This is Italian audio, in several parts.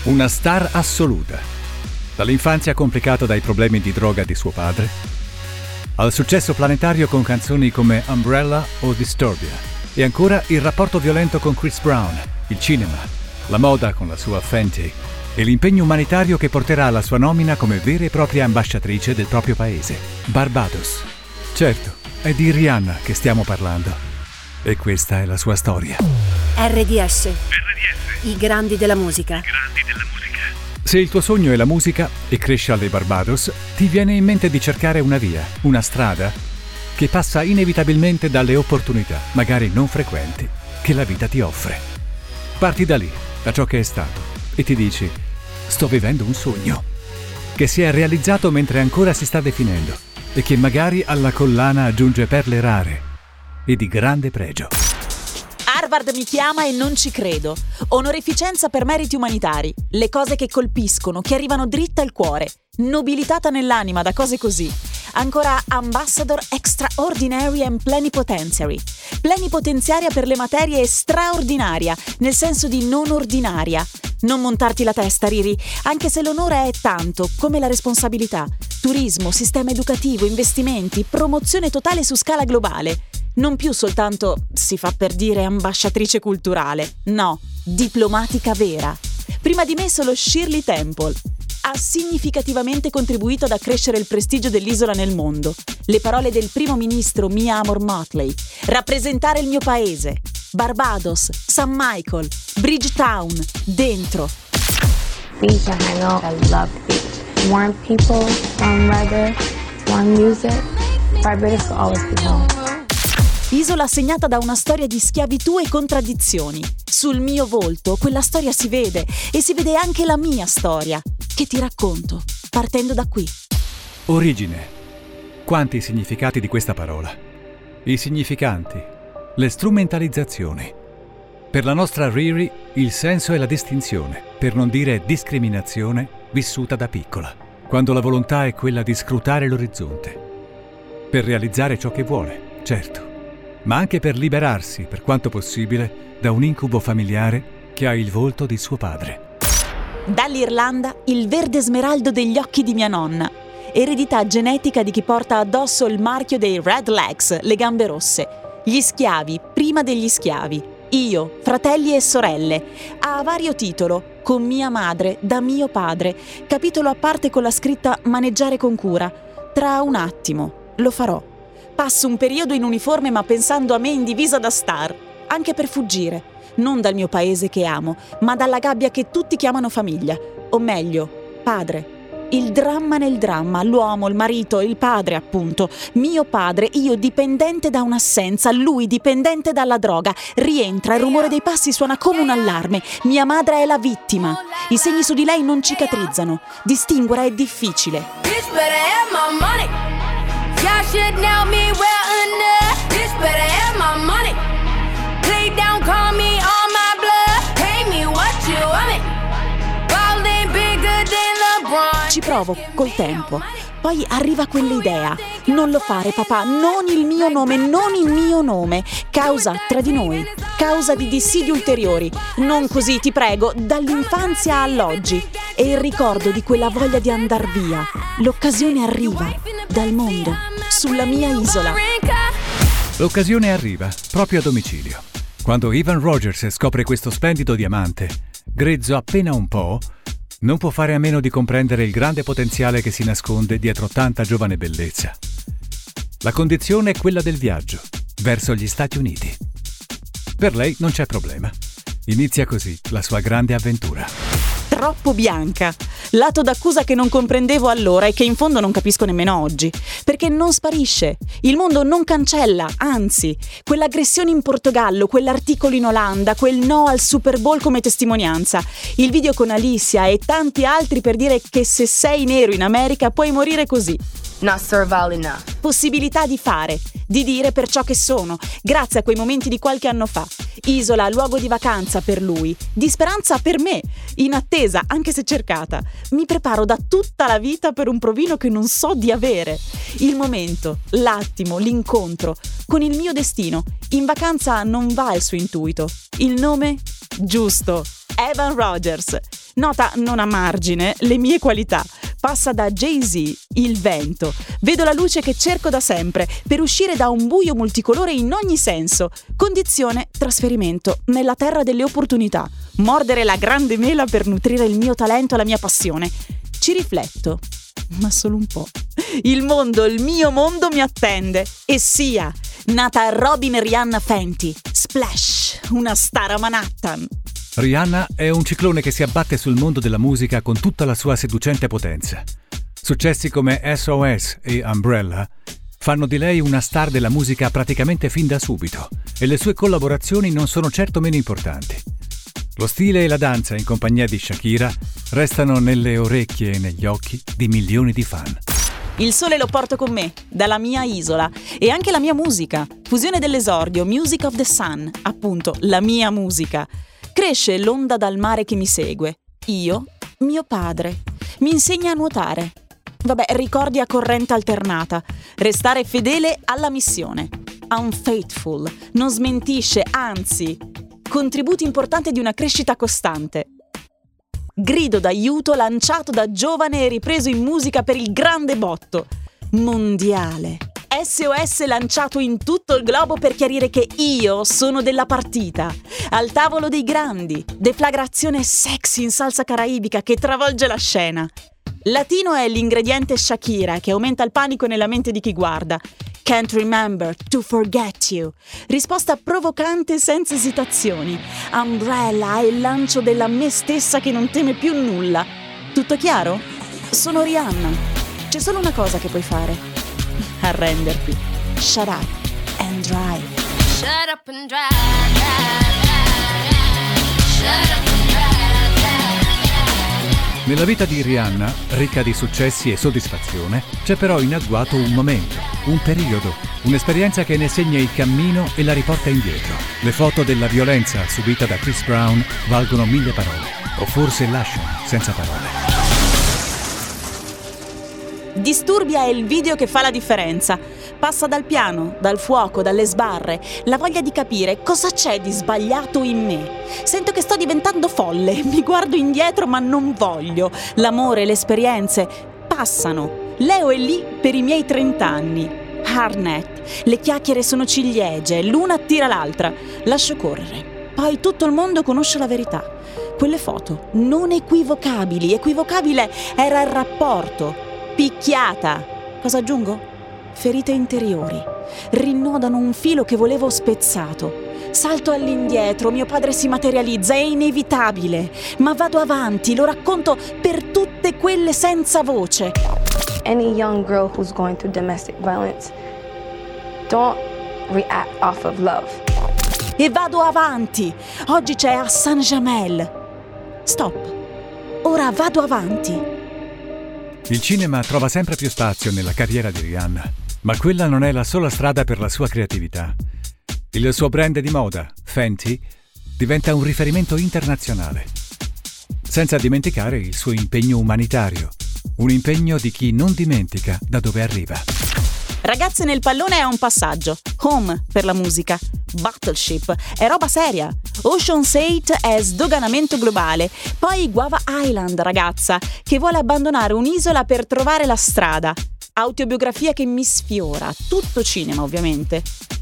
Una star assoluta. Dall'infanzia complicata dai problemi di droga di suo padre, al successo planetario con canzoni come Umbrella o Disturbia, e ancora il rapporto violento con Chris Brown, il cinema, la moda con la sua Fenty e l'impegno umanitario che porterà alla sua nomina come vera e propria ambasciatrice del proprio paese, Barbados. Certo, è di Rihanna che stiamo parlando. E questa è la sua storia. RDS. I grandi della musica. Se il tuo sogno è la musica e cresci alle Barbados, ti viene in mente di cercare una via, una strada che passa inevitabilmente dalle opportunità, magari non frequenti, che la vita ti offre. Parti da lì, da ciò che è stato, e ti dici: sto vivendo un sogno, che si è realizzato mentre ancora si sta definendo, e che magari alla collana aggiunge perle rare e di grande pregio. Harvard mi chiama e non ci credo. Onorificenza per meriti umanitari. Le cose che colpiscono, che arrivano dritte al cuore. Nobilitata nell'anima da cose così. Ancora Ambassador Extraordinary and Plenipotentiary. Plenipotenziaria per le materie e straordinaria, nel senso di non ordinaria. Non montarti la testa, Riri, anche se l'onore è tanto, come la responsabilità. Turismo, sistema educativo, investimenti, promozione totale su scala globale. Non più soltanto, si fa per dire, ambasciatrice culturale. No, diplomatica vera. Prima di me solo Shirley Temple. Ha significativamente contribuito ad accrescere il prestigio dell'isola nel mondo. Le parole del primo ministro Mia Amor Motley. Rappresentare il mio paese. Barbados, St. Michael, Bridgetown, dentro. Beach, I know I love the beach. Warm people, warm weather, warm music. Barbados will always be home. Isola segnata da una storia di schiavitù e contraddizioni. Sul mio volto quella storia si vede, e si vede anche la mia storia, che ti racconto, partendo da qui. Origine. Quanti significati di questa parola. I significanti, le strumentalizzazioni. Per la nostra Riri il senso è la distinzione, per non dire discriminazione, vissuta da piccola, quando la volontà è quella di scrutare l'orizzonte. Per realizzare ciò che vuole, certo, ma anche per liberarsi, per quanto possibile, da un incubo familiare che ha il volto di suo padre. Dall'Irlanda il verde smeraldo degli occhi di mia nonna, eredità genetica di chi porta addosso il marchio dei Red Legs, le gambe rosse, gli schiavi prima degli schiavi, io, fratelli e sorelle, a vario titolo, con mia madre, da mio padre, capitolo a parte con la scritta maneggiare con cura. Tra un attimo, lo farò. Passo un periodo in uniforme ma pensando a me in divisa da star, anche per fuggire, non dal mio paese che amo, ma dalla gabbia che tutti chiamano famiglia, o meglio, padre. Il dramma nel dramma, l'uomo, il marito, il padre appunto, mio padre, io dipendente da un'assenza, lui dipendente dalla droga, rientra, il rumore dei passi suona come un allarme, mia madre è la vittima, i segni su di lei non cicatrizzano, distinguere è difficile. Y'all should know me well enough. Bitch better have my money. Play down, call me on my blood. Pay me what you want me. Ballin' bigger than LeBron. Ci provo col tempo. Poi arriva quell'idea. Non lo fare, papà, non il mio nome, non il mio nome. Causa tra di noi. Causa di dissidi ulteriori. Non così, ti prego, dall'infanzia all'oggi. E il ricordo di quella voglia di andar via. L'occasione arriva dal mondo, sulla mia isola. L'occasione arriva proprio a domicilio. Quando Evan Rogers scopre questo splendido diamante, grezzo appena un po', non può fare a meno di comprendere il grande potenziale che si nasconde dietro tanta giovane bellezza. La condizione è quella del viaggio, verso gli Stati Uniti. Per lei non c'è problema. Inizia così la sua grande avventura. Troppo bianca. Lato d'accusa che non comprendevo allora e che in fondo non capisco nemmeno oggi. Perché non sparisce. Il mondo non cancella, anzi. Quell'aggressione in Portogallo, quell'articolo in Olanda, quel no al Super Bowl come testimonianza, il video con Alicia e tanti altri per dire che se sei nero in America puoi morire così. Not servile enough. Possibilità di fare, di dire per ciò che sono, grazie a quei momenti di qualche anno fa. Isola, luogo di vacanza per lui, di speranza per me, in attesa, anche se cercata. Mi preparo da tutta la vita per un provino che non so di avere. Il momento, l'attimo, l'incontro, con il mio destino. In vacanza non va il suo intuito. Il nome? Giusto. Evan Rogers. Nota non a margine le mie qualità. Passa da Jay-Z, Il vento. Vedo la luce che cerco da sempre per uscire da un buio multicolore in ogni senso. Condizione, trasferimento nella terra delle opportunità. Mordere la grande mela per nutrire il mio talento e la mia passione. Ci rifletto, ma solo un po'. Il mio mondo mi attende. E sia, nata Robin Rihanna Fenty. Splash, una star a Manhattan. Rihanna è un ciclone che si abbatte sul mondo della musica con tutta la sua seducente potenza. Successi come SOS e Umbrella fanno di lei una star della musica praticamente fin da subito, e le sue collaborazioni non sono certo meno importanti. Lo stile e la danza in compagnia di Shakira restano nelle orecchie e negli occhi di milioni di fan. Il sole lo porto con me, dalla mia isola, e anche la mia musica. Fusione dell'esordio, Music of the Sun, appunto, la mia musica. Cresce l'onda dal mare che mi segue. Io, mio padre, mi insegna a nuotare. Vabbè, ricordi a corrente alternata. Restare fedele alla missione. Unfaithful, non smentisce, anzi, contributo importante di una crescita costante. Grido d'aiuto lanciato da giovane e ripreso in musica per il grande botto. Mondiale. SOS lanciato in tutto il globo per chiarire che io sono della partita. Al tavolo dei grandi. Deflagrazione sexy in salsa caraibica che travolge la scena. Latino è l'ingrediente Shakira che aumenta il panico nella mente di chi guarda. Can't remember to forget you. Risposta provocante senza esitazioni. Umbrella è il lancio della me stessa che non teme più nulla. Tutto chiaro? Sono Rihanna. C'è solo una cosa che puoi fare. Arrenderti. Shut up and drive. Shut up and drive, drive, drive, drive. Shut up and drive, drive, drive. Nella vita di Rihanna, ricca di successi e soddisfazione, c'è però in agguato un momento, un periodo, un'esperienza che ne segna il cammino e la riporta indietro. Le foto della violenza subita da Chris Brown valgono 1000 parole, o forse lasciano senza parole. Disturbia è il video che fa la differenza. Passa dal piano, dal fuoco, dalle sbarre, la voglia di capire cosa c'è di sbagliato in me. Sento che sto diventando folle, mi guardo indietro ma non voglio. L'amore, le esperienze passano. Leo è lì per i miei 30 anni. Hardnet, le chiacchiere sono ciliegie, l'una attira l'altra. Lascio correre. Poi tutto il mondo conosce la verità. Quelle foto, non equivocabili. Equivocabile era il rapporto. Picchiata. Cosa aggiungo? Ferite interiori. Rinnodano un filo che volevo spezzato. Salto all'indietro, mio padre si materializza, è inevitabile. Ma vado avanti, lo racconto per tutte quelle senza voce. Any young girl who's going through domestic violence, don't react off of love. E vado avanti. Oggi c'è Hassan Jamel. Stop. Ora vado avanti. Il cinema trova sempre più spazio nella carriera di Rihanna, ma quella non è la sola strada per la sua creatività. Il suo brand di moda, Fenty, diventa un riferimento internazionale. Senza dimenticare il suo impegno umanitario, un impegno di chi non dimentica da dove arriva. Ragazze nel pallone è un passaggio. Home per la musica. Battleship è roba seria. Ocean's 8 è sdoganamento globale. Poi Guava Island, ragazza, che vuole abbandonare un'isola per trovare la strada. Autobiografia che mi sfiora. Tutto cinema, ovviamente.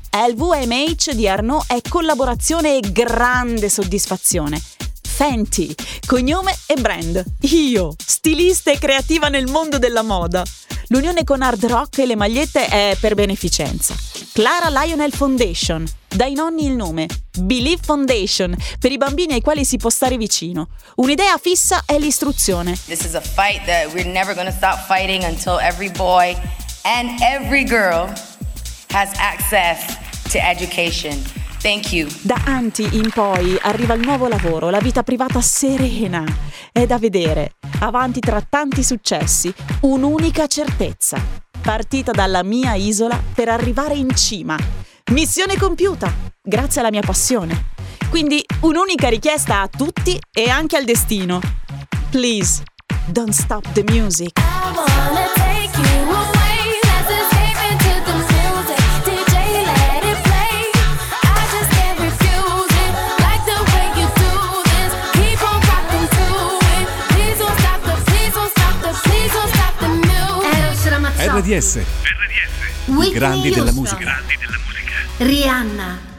LVMH di Arnaud è collaborazione e grande soddisfazione. Fenty, cognome e brand. Io, stilista e creativa nel mondo della moda. L'unione con Hard Rock e le magliette è per beneficenza. Clara Lionel Foundation, dai nonni il nome. Believe Foundation, per i bambini ai quali si può stare vicino. Un'idea fissa è l'istruzione. This is a fight that we're never going to stop fighting until every boy and every girl has access to education. Thank you. Da Anti in poi arriva il nuovo lavoro, la vita privata serena. È da vedere. Avanti tra tanti successi, un'unica certezza. Partita dalla mia isola per arrivare in cima. Missione compiuta, grazie alla mia passione. Quindi un'unica richiesta a tutti e anche al destino. Please, don't stop the music. I wanna take you away. Let's escape into the music. DJ, let it play. I just can't refuse it. Like the way you do this. Keep on RDS. I grandi della musica. Rihanna.